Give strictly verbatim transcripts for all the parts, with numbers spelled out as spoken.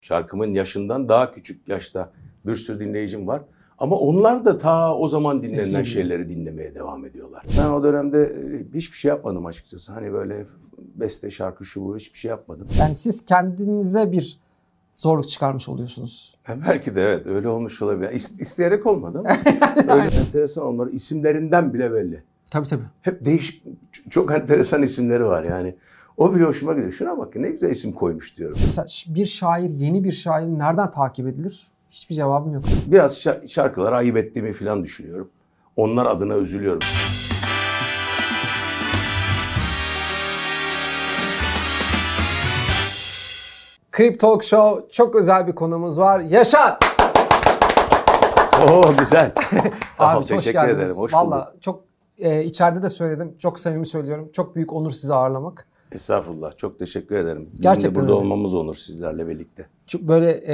Şarkımın yaşından daha küçük yaşta bir sürü dinleyicim var. Ama onlar da ta o zaman dinlenilen Eski şeyleri dinlemeye devam ediyorlar. Ben o dönemde hiçbir şey yapmadım açıkçası. Hani böyle beste, şarkı, şu bu hiçbir şey yapmadım. Yani siz kendinize bir zorluk çıkarmış oluyorsunuz. Belki de evet öyle olmuş olabilir. İst- isteyerek olmadı ama öyle enteresan onları isimlerinden bile belli. Tabii tabii. Hep değişik, çok enteresan isimleri var yani. O bile hoşuma gidiyor. Şuna bak ne güzel isim koymuş diyorum. Mesela bir şair, yeni bir şair nereden takip edilir? Hiçbir cevabım yok. Biraz şarkılara ayıp ettiğimi falan düşünüyorum. Onlar adına üzülüyorum. Krip Talk Show, çok özel bir konumuz var. Yaşar! Oo güzel. Sağ ol, Abi hoş teşekkür geldiniz. ederim. Hoş Vallahi bulduk. çok e, içeride de söyledim. Çok samimi söylüyorum. Çok büyük onur sizi ağırlamak. Estağfurullah. Çok teşekkür ederim. Bizim Gerçekten de burada öyle. olmamız onur sizlerle birlikte. Çok böyle e,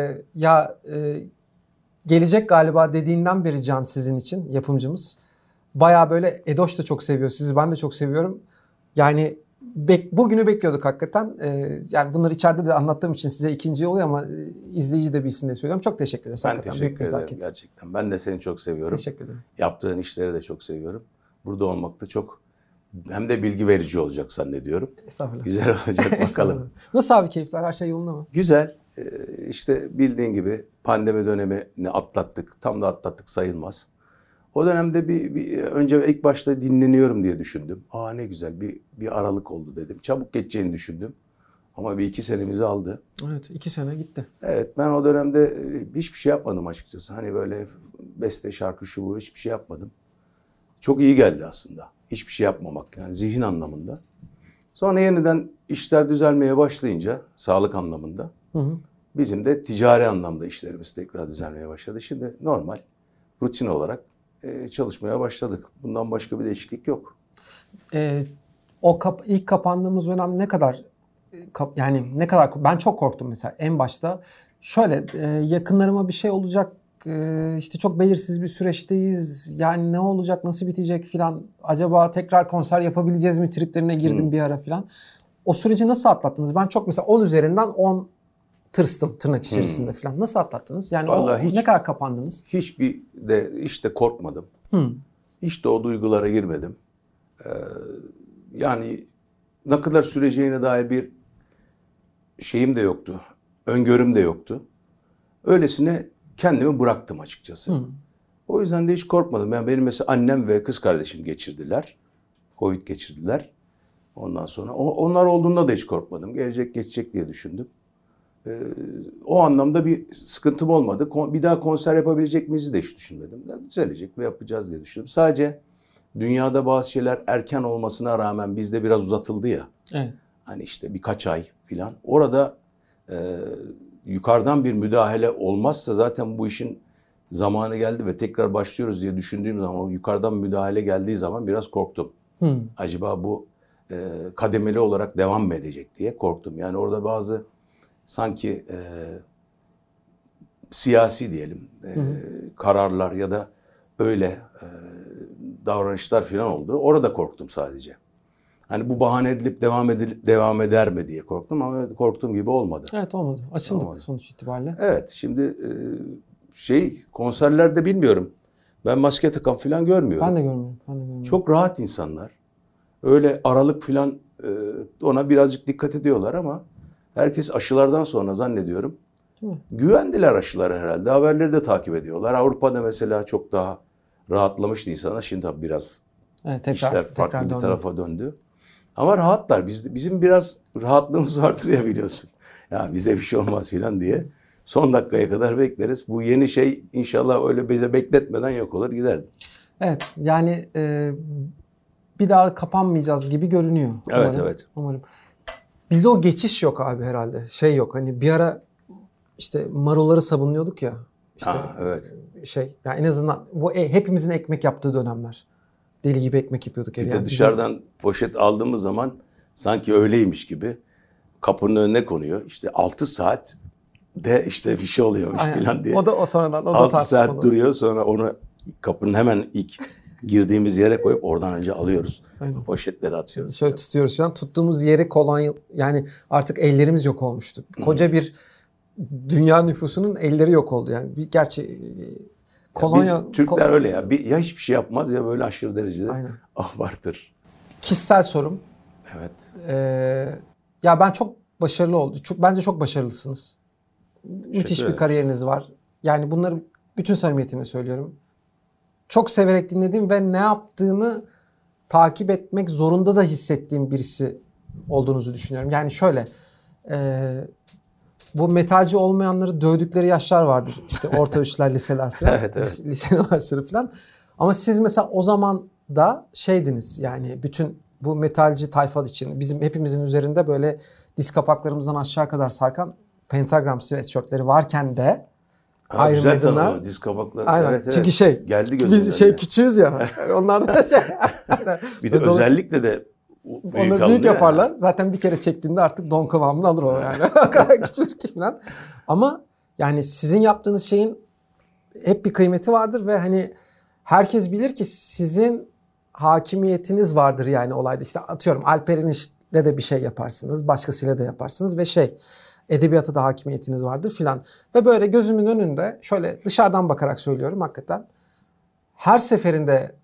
ya e, gelecek galiba dediğinden beri Can sizin için yapımcımız. Bayağı böyle Edoş da çok seviyor sizi. Ben de çok seviyorum. Yani bek, bugünü bekliyorduk hakikaten. E, yani bunları içeride de anlattığım için size ikinci oluyor ama e, izleyici de bilsin diye söylüyorum. Çok teşekkür ederim. Ben Hakikaten büyük teşekkür ederim nezaket. gerçekten. Ben de seni çok seviyorum. Teşekkür ederim. Yaptığın işleri de çok seviyorum. Burada olmak da çok hem de bilgi verici olacak zannediyorum. Estağfurullah. Güzel olacak bakalım. Estağfurullah. Nasıl abi keyifler? Her şey yolunda mı? Güzel. Ee, işte bildiğin gibi pandemi dönemini atlattık. Tam da atlattık sayılmaz. O dönemde bir, bir önce ilk başta dinleniyorum diye düşündüm. Aa ne güzel bir bir aralık oldu dedim. Çabuk geçeceğini düşündüm. Ama bir iki senemizi aldı. Evet, iki sene gitti. Evet ben o dönemde hiçbir şey yapmadım açıkçası. Hani böyle beste, şarkı, şu bu hiçbir şey yapmadım. Çok iyi geldi aslında. Hiçbir şey yapmamak yani zihin anlamında. Sonra yeniden işler düzelmeye başlayınca sağlık anlamında Hı hı. bizim de ticari anlamda işlerimiz tekrar düzelmeye başladı. Şimdi normal rutin olarak e, çalışmaya başladık. Bundan başka bir değişiklik yok. Ee, o kap, ilk kapandığımız dönem ne kadar kap, yani ne kadar ben çok korktum mesela en başta. Şöyle e, yakınlarıma bir şey olacak e, işte çok belirsiz bir süreçteyiz. Yani ne olacak, nasıl bitecek filan. Acaba tekrar konser yapabileceğiz mi triplerine girdim hmm. bir ara filan. O süreci nasıl atlattınız? Ben çok mesela on üzerinden on tırstım tırnak içerisinde hmm. filan. Nasıl atlattınız? Yani o, hiç, ne kadar kapandınız? Hiçbir de işte korkmadım. Hmm. Hiç de o duygulara girmedim. Ee, yani ne kadar süreceğine dair bir şeyim de yoktu. Öngörüm de yoktu. Öylesine kendimi bıraktım açıkçası. Hmm. O yüzden de hiç korkmadım. Yani benim mesela annem ve kız kardeşim geçirdiler. Covid geçirdiler. Ondan sonra onlar olduğunda da hiç korkmadım. Gelecek geçecek diye düşündüm. Ee, o anlamda bir sıkıntım olmadı. Bir daha konser yapabilecek miyiz de hiç düşünmedim. Düzelecek ve yapacağız diye düşündüm. Sadece dünyada bazı şeyler erken olmasına rağmen bizde biraz uzatıldı ya. Evet. Hani işte birkaç ay filan. Orada e, yukarıdan bir müdahale olmazsa zaten bu işin zamanı geldi ve tekrar başlıyoruz diye düşündüğüm zaman o yukarıdan müdahale geldiği zaman biraz korktum. Hmm. Acaba bu e, kademeli olarak devam mı edecek diye korktum. Yani orada bazı sanki e, siyasi diyelim e, hmm. kararlar ya da öyle e, davranışlar filan oldu. Orada korktum sadece. Hani bu bahane edilip devam edilip devam eder mi diye korktum ama korktuğum gibi olmadı. Evet olmadı. Açıldık olmadı. Sonuç itibariyle. Evet şimdi e, şey konserlerde bilmiyorum. Ben maske takan falan görmüyorum. Ben de görmüyorum. Ben de görmüyorum. Çok rahat insanlar. Öyle aralık falan e, ona birazcık dikkat ediyorlar ama herkes aşılardan sonra zannediyorum. Güvendiler aşılara herhalde. Haberleri de takip ediyorlar. Avrupa'da mesela çok daha rahatlamıştı insanlar. Şimdi tabii biraz evet, tekrar, işler farklı tekrar bir döndü. tarafa döndü. Ama rahatlar. Biz, bizim biraz rahatlığımız vardır ya biliyorsun. Ya bize bir şey olmaz filan diye. Son dakikaya kadar bekleriz. Bu yeni şey inşallah öyle bize bekletmeden yok olur gider. Evet yani e, bir daha kapanmayacağız gibi görünüyor. Evet umarım, evet. Umarım. Bizde o geçiş yok abi herhalde. Şey yok hani bir ara işte marulları sabunluyorduk ya. İşte ha, evet. Şey yani en azından bu e, hepimizin ekmek yaptığı dönemler. Deli gibi ekmek yapıyorduk. Bir yani. de dışarıdan bizim... poşet aldığımız zaman sanki öyleymiş gibi kapının önüne konuyor. İşte altı saat de işte bir şey oluyormuş falan diye. O da o sonradan o da altı saat duruyor sonra onu kapının hemen ilk girdiğimiz yere koyup oradan önce alıyoruz. Aynen. Poşetleri atıyoruz. Şöyle tutuyoruz falan. Tuttuğumuz yeri kolonya yani artık ellerimiz yok olmuştu. Koca hmm. bir dünya nüfusunun elleri yok oldu yani. Bir gerçi kolonya... Biz Türkler kol- öyle ya. Bir, ya hiçbir şey yapmaz ya böyle aşırı derecede Aynen. abartır. Kişisel sorum. Evet. Ee, ya ben çok başarılı oldu. Çok, bence çok başarılısınız. Müthiş bir ederim. kariyeriniz var. Yani bunları bütün samimiyetimle söylüyorum. Çok severek dinlediğim ve ne yaptığını takip etmek zorunda da hissettiğim birisi olduğunuzu düşünüyorum. Yani şöyle, e, bu metalci olmayanları dövdükleri yaşlar vardır. İşte orta üçler, liseler falan. Evet, evet. Lise, lise üniversiteleri falan. Ama siz mesela o zaman da şeydiniz yani bütün bu metalci tayfa için bizim hepimizin üzerinde böyle diz kapaklarımızdan aşağı kadar sarkan pentagram sweatshirtleri varken de Ha, Iron güzel Maiden'lar- tanımlı diz kapakları. Aynen. Evet, evet. Çünkü şey geldi gözümden. biz şey ya. küçüğüz ya. Yani onlar da şey. Bir de Dolayısıyla- özellikle de büyük Onları büyük alınıyor yaparlar. ya. Zaten bir kere çektiğinde artık don kıvamını alır o yani. O kadar küçülür ki falan. Ama yani sizin yaptığınız şeyin hep bir kıymeti vardır ve hani herkes bilir ki sizin hakimiyetiniz vardır yani olayda. İşte atıyorum Alper'in işte de bir şey yaparsınız. Başkasıyla da yaparsınız ve şey edebiyata da hakimiyetiniz vardır filan. Ve böyle gözümün önünde şöyle dışarıdan bakarak söylüyorum hakikaten. Her seferinde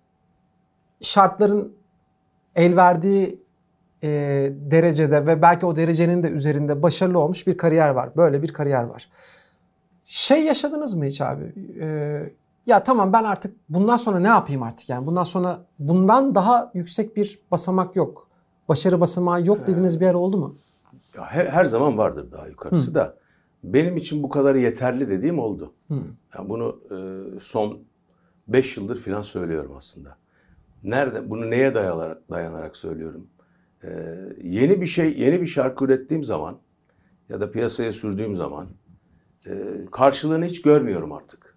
şartların el verdiği e, derecede ve belki o derecenin de üzerinde başarılı olmuş bir kariyer var. Böyle bir kariyer var. Şey yaşadınız mı hiç abi? Ee, ya tamam ben artık bundan sonra ne yapayım artık yani? Bundan sonra bundan daha yüksek bir basamak yok. Başarı basamağı yok dediğiniz bir yer oldu mu? Ya her, her zaman vardır daha yukarısı Hı. da. Benim için bu kadar yeterli dediğim oldu. Hı. Yani bunu e, son beş yıldır falan söylüyorum aslında. Nerede? Bunu neye dayanarak, dayanarak söylüyorum? E, yeni bir şey, yeni bir şarkı ürettiğim zaman ya da piyasaya sürdüğüm zaman e, karşılığını hiç görmüyorum artık.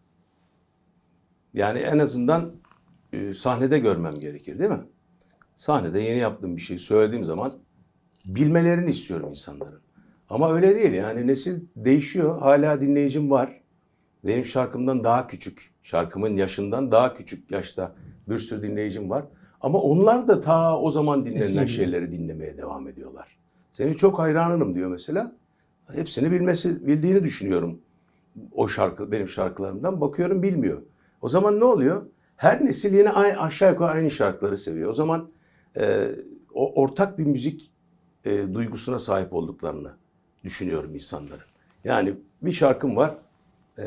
Yani en azından e, sahnede görmem gerekir, değil mi? Sahnede yeni yaptığım bir şeyi söylediğim zaman bilmelerini istiyorum insanların. Ama öyle değil yani nesil değişiyor. Hala dinleyicim var. Benim şarkımdan daha küçük, şarkımın yaşından daha küçük yaşta bir sürü dinleyicim var. Ama onlar da ta o zaman dinlenilen Eski şeyleri dinlemeye devam ediyorlar. Seni çok hayranım diyor mesela. Hepsini bilmesi, bildiğini düşünüyorum. O şarkı, benim şarkılarımdan bakıyorum bilmiyor. O zaman ne oluyor? Her nesil yine aynı, aşağı yukarı aynı şarkıları seviyor. O zaman e, o ortak bir müzik e, duygusuna sahip olduklarını düşünüyorum insanların. Yani bir şarkım var. E,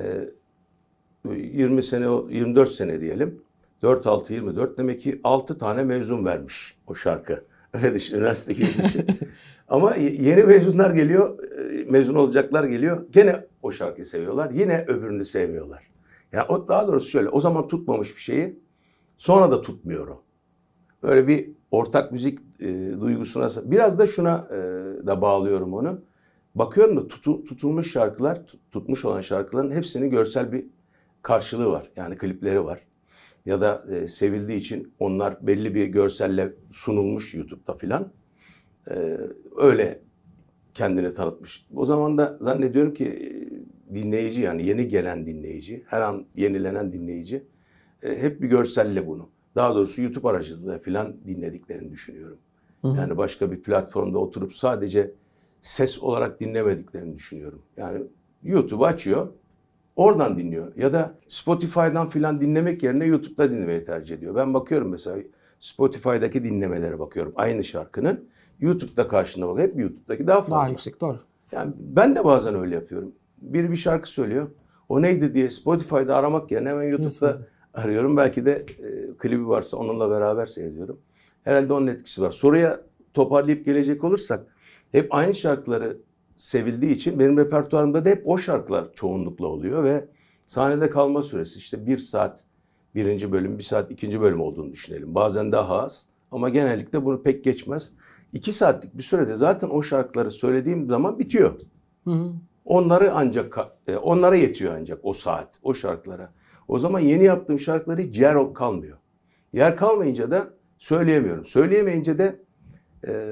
yirmi sene, yirmi dört sene diyelim. dört altı yirmi dört demek ki altı tane mezun vermiş o şarkı. Öyle düşün, üniversite gibi düşün. Ama yeni mezunlar geliyor, mezun olacaklar geliyor. Gene o şarkıyı seviyorlar. Yine öbürünü sevmiyorlar. Yani o, daha doğrusu şöyle, o zaman tutmamış bir şeyi sonra da tutmuyor o. Böyle bir ortak müzik e, duygusuna, biraz da şuna e, da bağlıyorum onu. Bakıyorum da tutu, tutulmuş şarkılar, tutmuş olan şarkıların hepsinin görsel bir karşılığı var. Yani klipleri var. Ya da e, sevildiği için onlar belli bir görselle sunulmuş YouTube'da filan. E, öyle kendini tanıtmış. O zaman da zannediyorum ki e, dinleyici yani yeni gelen dinleyici, her an yenilenen dinleyici e, hep bir görselle bunu. Daha doğrusu YouTube aracılığıyla filan dinlediklerini düşünüyorum. Hı hı. Yani başka bir platformda oturup sadece ses olarak dinlemediklerini düşünüyorum. Yani YouTube'u açıyor, oradan dinliyor. Ya da Spotify'dan filan dinlemek yerine YouTube'da dinlemeyi tercih ediyor. Ben bakıyorum mesela Spotify'daki dinlemelere bakıyorum. Aynı şarkının YouTube'da karşına bak. Hep YouTube'daki daha fazla. Daha yüksek, doğru. Yani ben de bazen öyle yapıyorum. Biri bir şarkı söylüyor. O neydi diye Spotify'da aramak yerine hemen YouTube'da Nasıl? arıyorum. Belki de e, klibi varsa onunla beraber seyrediyorum. Herhalde onun etkisi var. Soruya toparlayıp gelecek olursak hep aynı şarkıları sevildiği için benim repertuarımda da hep o şarkılar çoğunlukla oluyor ve sahnede kalma süresi işte bir saat birinci bölüm, bir saat ikinci bölüm olduğunu düşünelim. Bazen daha az ama genellikle bunu pek geçmez. İki saatlik bir sürede zaten o şarkıları söylediğim zaman bitiyor. Hı hı. Onları ancak onlara yetiyor ancak o saat, o şarkılara. O zaman yeni yaptığım şarkıları hiç yer kalmıyor. Yer kalmayınca da söyleyemiyorum. Söyleyemeyince de e,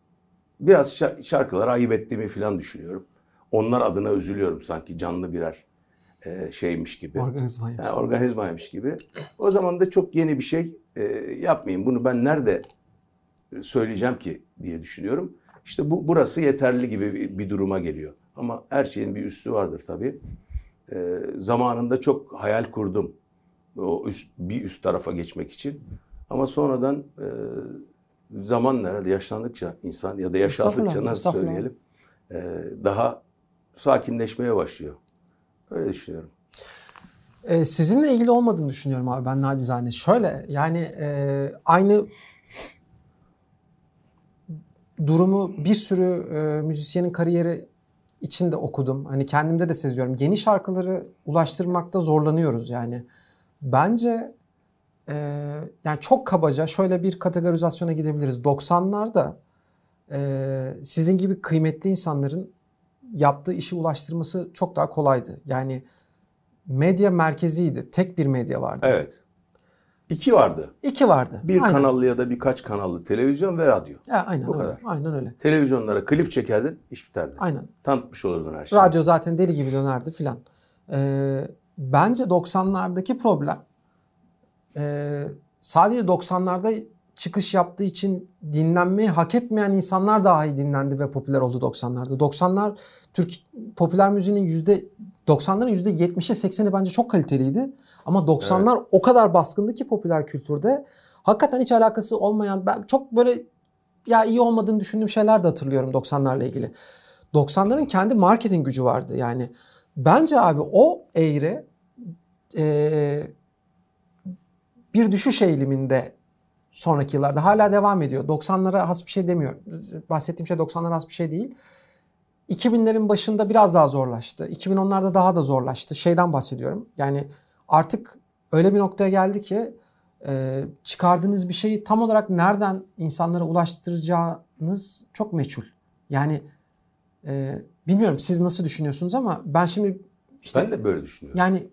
biraz şarkıları ayıp ettiğimi falan düşünüyorum. Onlar adına üzülüyorum sanki canlı birer e, şeymiş gibi. Organizmaymış. Yani organizmaymış gibi. O zaman da çok yeni bir şey e, yapmayayım. Bunu ben nerede söyleyeceğim ki diye düşünüyorum. İşte bu burası yeterli gibi bir, bir duruma geliyor. Ama her şeyin bir üstü vardır tabii. Ee, zamanında çok hayal kurdum. O üst, bir üst tarafa geçmek için. Ama sonradan e, zamanla herhalde yaşlandıkça insan ya da yaşlandıkça nasıl söyleyelim e, daha sakinleşmeye başlıyor. Öyle düşünüyorum. Ee, sizinle ilgili olmadığını düşünüyorum abi ben nacizane. Şöyle yani e, aynı durumu bir sürü e, müzisyenin kariyeri içinde okudum. Hani kendimde de seziyorum. Yeni şarkıları ulaştırmakta zorlanıyoruz yani. Bence e, yani çok kabaca şöyle bir kategorizasyona gidebiliriz. doksanlarda e, sizin gibi kıymetli insanların yaptığı işi ulaştırması çok daha kolaydı. Yani medya merkeziydi. Tek bir medya vardı. Evet. İki vardı. İki vardı. Bir aynen. kanallı ya da birkaç kanallı televizyon ve radyo. Ya, aynen Bu öyle. kadar. Aynen öyle. Televizyonlara klip çekerdin, iş biterdi. Aynen. Tanıtmış olurdun her şeyi. Radyo zaten deli gibi dönerdi filan. Ee, bence doksanlardaki problem e, sadece doksanlarda çıkış yaptığı için dinlenmeyi hak etmeyen insanlar daha iyi dinlendi ve popüler oldu doksanlarda. doksanlar Türk popüler müziğinin yüzde doksanların yüzde yetmişi sekseni bence çok kaliteliydi. Ama doksanlar evet. o kadar baskındı ki popüler kültürde. Hakikaten hiç alakası olmayan, ben çok böyle ya iyi olmadığını düşündüğüm şeyler de hatırlıyorum doksanlarla ilgili. doksanların kendi marketing gücü vardı yani. Bence abi o eğri e, bir düşüş eğiliminde sonraki yıllarda hala devam ediyor. doksanlara has bir şey demiyorum. Bahsettiğim şey doksanlara has bir şey değil. iki binlerin başında biraz daha zorlaştı. iki bin onlarda daha da zorlaştı. Şeyden bahsediyorum. Yani artık öyle bir noktaya geldi ki e, çıkardığınız bir şeyi tam olarak nereden insanlara ulaştıracağınız çok meçhul. Yani e, bilmiyorum siz nasıl düşünüyorsunuz ama ben şimdi işte, ben de böyle düşünüyorum. Yani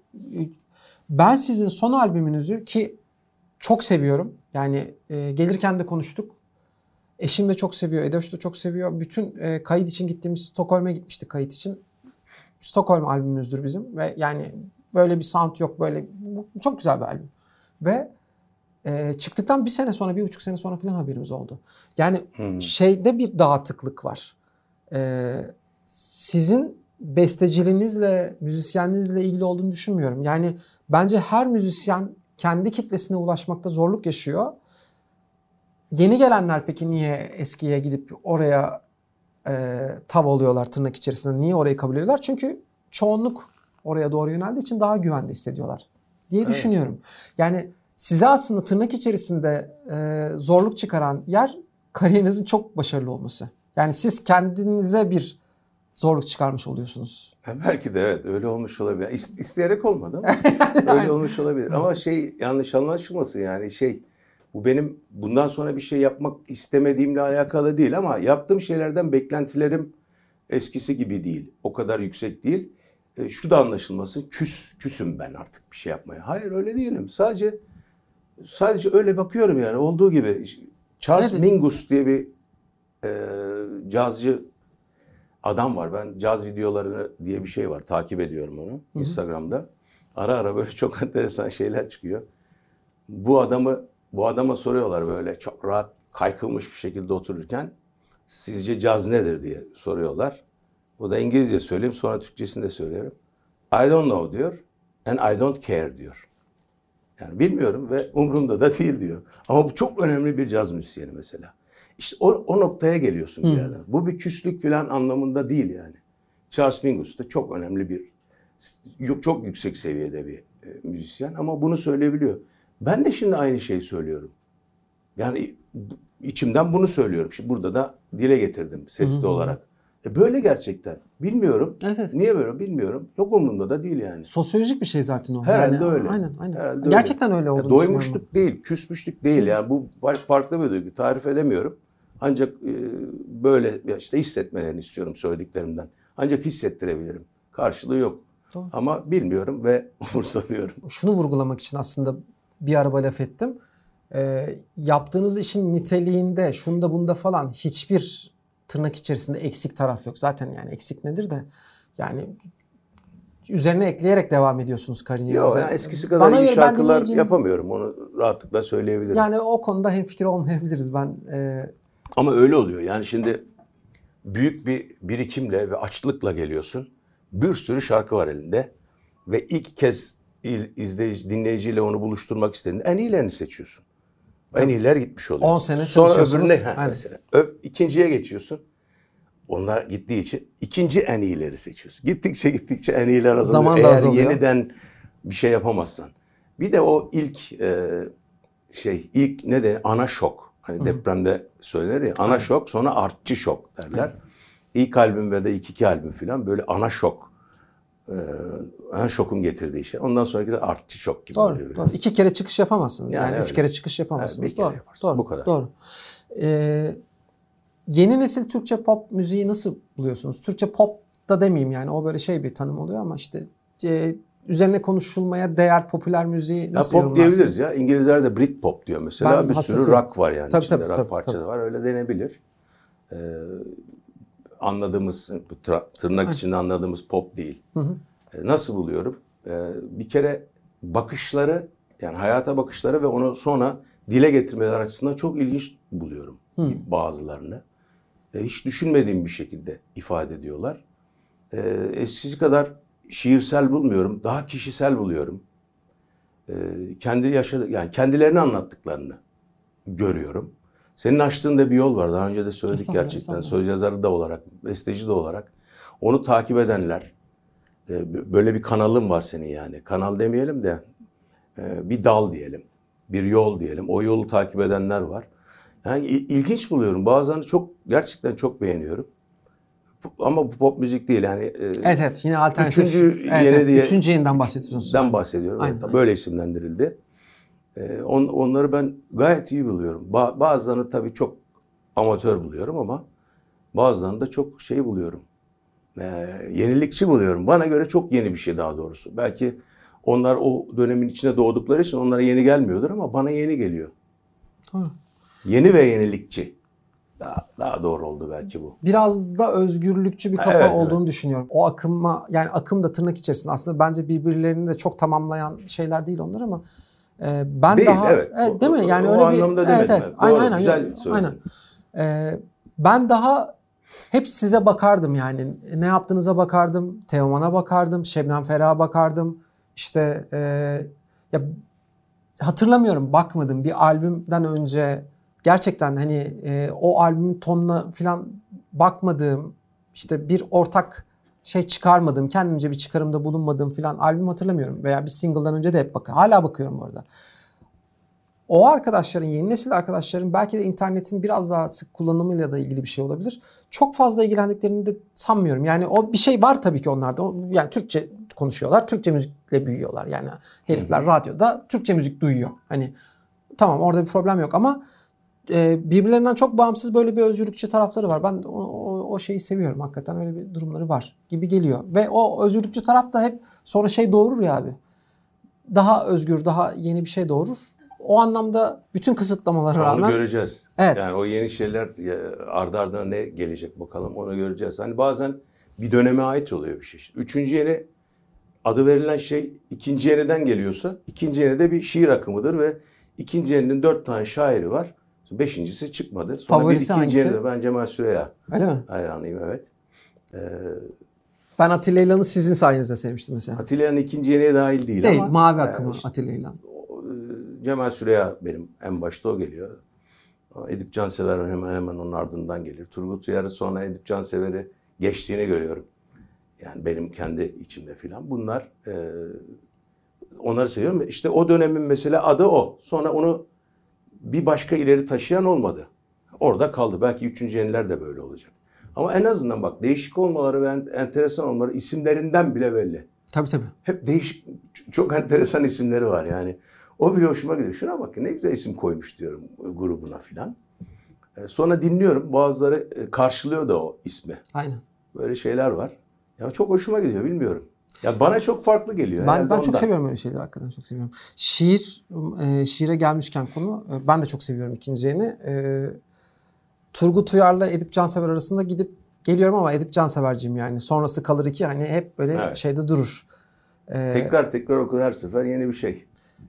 ben sizin son albümünüzü ki çok seviyorum. Yani e, gelirken de konuştuk. Eşim de çok seviyor. Edoş da çok seviyor. Bütün e, kayıt için gittiğimiz Stockholm'a gitmiştik kayıt için. Stockholm albümümüzdür bizim. Ve yani böyle bir sound yok. Böyle çok güzel bir albüm. Ve e, çıktıktan bir sene sonra, bir buçuk sene sonra falan haberimiz oldu. Yani hmm. şeyde bir dağıtıklık var. E, sizin besteciliğinizle, müzisyenliğinizle ilgili olduğunu düşünmüyorum. Yani bence her müzisyen kendi kitlesine ulaşmakta zorluk yaşıyor. Yeni gelenler peki niye eskiye gidip oraya e, tav oluyorlar tırnak içerisinde? Niye orayı kabul ediyorlar? Çünkü çoğunluk oraya doğru yöneldiği için daha güvende hissediyorlar diye evet. düşünüyorum. Yani size aslında tırnak içerisinde e, zorluk çıkaran yer kariyerinizin çok başarılı olması. Yani siz kendinize bir zorluk çıkarmış oluyorsunuz. Belki de evet öyle olmuş olabilir. İsteyerek olmadı ama öyle olmuş olabilir. Ama şey yanlış anlaşılmasın yani şey bu benim bundan sonra bir şey yapmak istemediğimle alakalı değil ama yaptığım şeylerden beklentilerim eskisi gibi değil. O kadar yüksek değil. E, şu da anlaşılmasın küs küsüm ben artık bir şey yapmaya. Hayır öyle değilim. Sadece sadece öyle bakıyorum yani olduğu gibi. Charles evet. Mingus diye bir e, cazcı adam var. Ben caz videolarını diye bir şey var. Takip ediyorum onu Hı-hı. Instagram'da. Ara ara böyle çok enteresan şeyler çıkıyor. Bu adamı bu adama soruyorlar böyle çok rahat kaykılmış bir şekilde otururken sizce caz nedir diye soruyorlar. O da İngilizce söyleyeyim sonra Türkçesini de söylerim. I don't know diyor and I don't care diyor. Yani bilmiyorum ve umurumda da değil diyor. Ama bu çok önemli bir caz müzisyeni mesela. İşte o, o noktaya geliyorsun hmm. bir yerden. Bu bir küslük falan anlamında değil yani. Charles Mingus da çok önemli bir, çok yüksek seviyede bir e, müzisyen ama bunu söyleyebiliyor. Ben de şimdi aynı şeyi söylüyorum. Yani içimden bunu söylüyorum. Şimdi burada da dile getirdim sesli hmm. olarak. E böyle gerçekten. Bilmiyorum. Evet, evet. Niye böyle bilmiyorum. Yok umurumda da değil yani. Sosyolojik bir şey zaten o. Herhalde yani, öyle. Aynen, aynen. Herhalde Gerçekten öyle, öyle olduğunu düşünüyorum. Doymuşluk değil, küsmüşlük değil. Yani bu farklı bir duygu. Tarif edemiyorum. Ancak e, böyle işte hissetmelerini istiyorum söylediklerimden. Ancak hissettirebilirim. Karşılığı yok. Doğru. Ama bilmiyorum ve umursamıyorum. Şunu vurgulamak için aslında bir araba laf ettim. E, yaptığınız işin niteliğinde, şunda bunda falan hiçbir tırnak içerisinde eksik taraf yok. Zaten yani eksik nedir de yani üzerine ekleyerek devam ediyorsunuz kariyerinize. Yok yani eskisi kadar Bana iyi şarkılar dinleyeceğiniz... yapamıyorum. Onu rahatlıkla söyleyebilirim. Yani o konuda hemfikir olmayabiliriz ben. E... Ama öyle oluyor. Yani şimdi büyük bir birikimle ve açlıkla geliyorsun. Bir sürü şarkı var elinde ve ilk kez izleyici, dinleyiciyle onu buluşturmak istediğinde en iyilerini seçiyorsun. En iyiler gitmiş oluyor. on sene Sonra çalışıyorsunuz. öbürüne, ha, mesela, öp, ikinciye geçiyorsun. Onlar gittiği için ikinci en iyileri seçiyorsun. Gittikçe gittikçe en iyiler azalıyor. Zaman da Eğer azalıyor. yeniden bir şey yapamazsan. Bir de o ilk e, şey, ilk ne de ana şok. Hani Hı. depremde söylenir ya, ana Aynen. şok, sonra artçı şok derler. Aynen. İlk albüm ve de ilk iki albüm falan böyle ana şok. Ee, ana şokun getirdiği şey. Ondan sonraki de artçı şok gibi doğru, oluyor. Doğru. İki kere çıkış yapamazsınız. Yani, yani üç kere çıkış yapamazsınız. Evet, bir doğru. kere yaparsın. Doğru. Bu kadar. Doğru. Ee, yeni nesil Türkçe pop müziği nasıl buluyorsunuz? Türkçe pop da demeyeyim yani. O böyle şey bir tanım oluyor ama işte e, üzerine konuşulmaya değer popüler müziği nasıl ya, pop yorumlarsınız? diyebiliriz ya. İngilizler de Britpop diyor mesela. Ben bir hassasıyım. sürü rock var yani. Tabii, İçinde tabii, rock tabii, parçası tabii. var. Öyle denebilir. Ee, anladığımız, tırnak Hı. içinde anladığımız pop değil. Hı hı. Ee, nasıl buluyorum? Ee, bir kere bakışları, yani hayata bakışları ve onu sonra dile getirmeleri açısından çok ilginç buluyorum Hı. bazılarını. Ee, hiç düşünmediğim bir şekilde ifade ediyorlar. Ee, eskisi kadar şiirsel bulmuyorum, daha kişisel buluyorum. Ee, kendi yaşadığı, yani kendilerini anlattıklarını görüyorum. Senin açtığında bir yol var. Daha önce de söyledik Estağfurullah, gerçekten. estağfurullah. Söz yazarı da olarak, besteci de olarak. Onu takip edenler. E, böyle bir kanalın var senin yani. Kanal demeyelim de e, bir dal diyelim. Bir yol diyelim. O yolu takip edenler var. Yani ilginç buluyorum. Bazen çok, gerçekten çok beğeniyorum. Ama bu pop müzik değil yani. E, evet evet yine alternatif. Üçüncü evet, yeni evet. diye. Üçüncü yeniden bahsediyorsunuz. Ben bahsediyorum. Aynen, evet, böyle isimlendirildi. E, on, onları ben gayet iyi buluyorum. Ba- bazılarını tabii çok amatör buluyorum ama bazılarını da çok şey buluyorum. E, yenilikçi buluyorum. Bana göre çok yeni bir şey daha doğrusu. Belki onlar o dönemin içine doğdukları için onlara yeni gelmiyordur ama bana yeni geliyor. Hı. Yeni ve yenilikçi. Daha, daha doğru oldu belki bu. Biraz da özgürlükçü bir kafa evet, olduğunu evet. düşünüyorum. O akıma, yani akım da tırnak içerisinde aslında bence birbirlerini de çok tamamlayan şeyler değil onlar ama e, ben değil, daha evet. evet, değil mi? Yani o, öyle o bir anlamda evet, demedim. evet. Evet. Aynen, Doğru, aynen. güzel söyledin. Aynen. E, ben daha hep size bakardım yani. Ne yaptığınıza bakardım. Teoman'a bakardım. Şebnem Ferah'a bakardım. İşte e, ya hatırlamıyorum, bakmadım. Bir albümden önce gerçekten hani e, o albümün tonuna falan bakmadığım, işte bir ortak şey çıkarmadığım, kendimce bir çıkarımda bulunmadığım falan albüm hatırlamıyorum. Veya bir single'dan önce de hep bakıyorum. Hala bakıyorum bu arada. O arkadaşların, yeni nesil arkadaşların belki de internetin biraz daha sık kullanımıyla da ilgili bir şey olabilir. Çok fazla ilgilendiklerini de sanmıyorum. Yani o bir şey var tabii ki onlarda. Yani Türkçe konuşuyorlar, Türkçe müzikle büyüyorlar. Yani herifler radyoda Türkçe müzik duyuyor. Hani tamam, orada bir problem yok ama e, birbirlerinden çok bağımsız böyle bir özgürlükçü tarafları var. Ben o, o, o şeyi seviyorum. Hakikaten öyle bir durumları var gibi geliyor. Ve o özgürlükçü taraf da hep sonra şey doğurur ya abi. Daha özgür, daha yeni bir şey doğurur. O anlamda bütün kısıtlamalara onu rağmen. Onu göreceğiz. Evet. Yani o yeni şeyler ardı ardına ne gelecek bakalım, onu göreceğiz. Hani bazen bir döneme ait oluyor bir şey. Üçüncü yeni adı verilen şey ikinci yeniden geliyorsa ikinci yenide bir şiir akımıdır ve ikinci yeninin dört tane şairi var. Beşincisi çıkmadı. Sonra Favorisi bir ikinci hangisi? yenide ben Cemal Süreya. Öyle mi? Hayranıyım, evet. Ee, ben Atilla İlhan'ı sizin sayenizde sevmiştim mesela. Atilla İlhan ikinci yeniye dahil değil, değil ama. Değil, mavi akımı işte, Atilla İlhan. Cemal Süreya benim en başta o geliyor. Edip Cansever hemen hemen onun ardından gelir. Turgut Uyar'ı sonra Edip Cansever'i geçtiğini görüyorum. Yani benim kendi içimde filan. Bunlar e, onları seviyorum. İşte o dönemin mesela adı o. Sonra onu bir başka ileri taşıyan olmadı. Orada kaldı. Belki üçüncü yeniler de böyle olacak. Ama en azından bak, değişik olmaları ve enteresan olmaları isimlerinden bile belli. Tabii tabii. Hep değişik, çok enteresan isimleri var yani. O bile hoşuma gidiyor. Şuna bak, ne güzel isim koymuş diyorum grubuna filan. Sonra dinliyorum, bazıları karşılıyor da o ismi. Aynen. Böyle şeyler var. Ya çok hoşuma gidiyor, bilmiyorum. Ya bana çok farklı geliyor. Ben ben çok ondan. seviyorum öyle şeyleri, hakikaten çok seviyorum. Şiir, e, şiire gelmişken konu, e, ben de çok seviyorum ikinci yeni. E, Turgut Uyar'la Edip Cansever arasında gidip geliyorum ama Edip Cansever'ciyim yani. Sonrası kalır iki, hani hep böyle evet. şeyde durur. E, tekrar tekrar oku, her sefer yeni bir şey.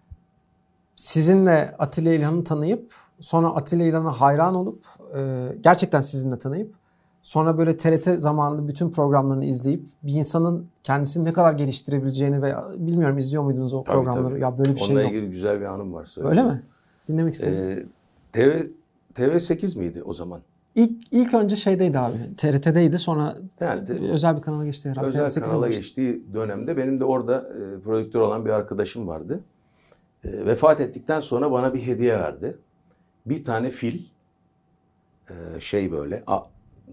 Sizinle Atilla İlhan'ı tanıyıp sonra Atilla İlhan'a hayran olup e, gerçekten sizinle tanıyıp Sonra böyle T R T zamanlı bütün programlarını izleyip bir insanın kendisini ne kadar geliştirebileceğini ve bilmiyorum izliyor muydunuz o Tabii, programları? tabii. Ya böyle bir şey Onunla yok. ilgili güzel bir anım var. Öyle mi? Dinlemek istedim. Ee, T V T V sekiz miydi o zaman? İlk ilk önce şeydeydi abi. T R T'deydi, sonra Yani te- özel bir kanala geçti herhalde. Özel T V sekize kanala başladı. geçtiği dönemde benim de orada e, prodüktör olan bir arkadaşım vardı. E, vefat ettikten sonra bana bir hediye verdi. Bir tane fil, e, şey böyle, a,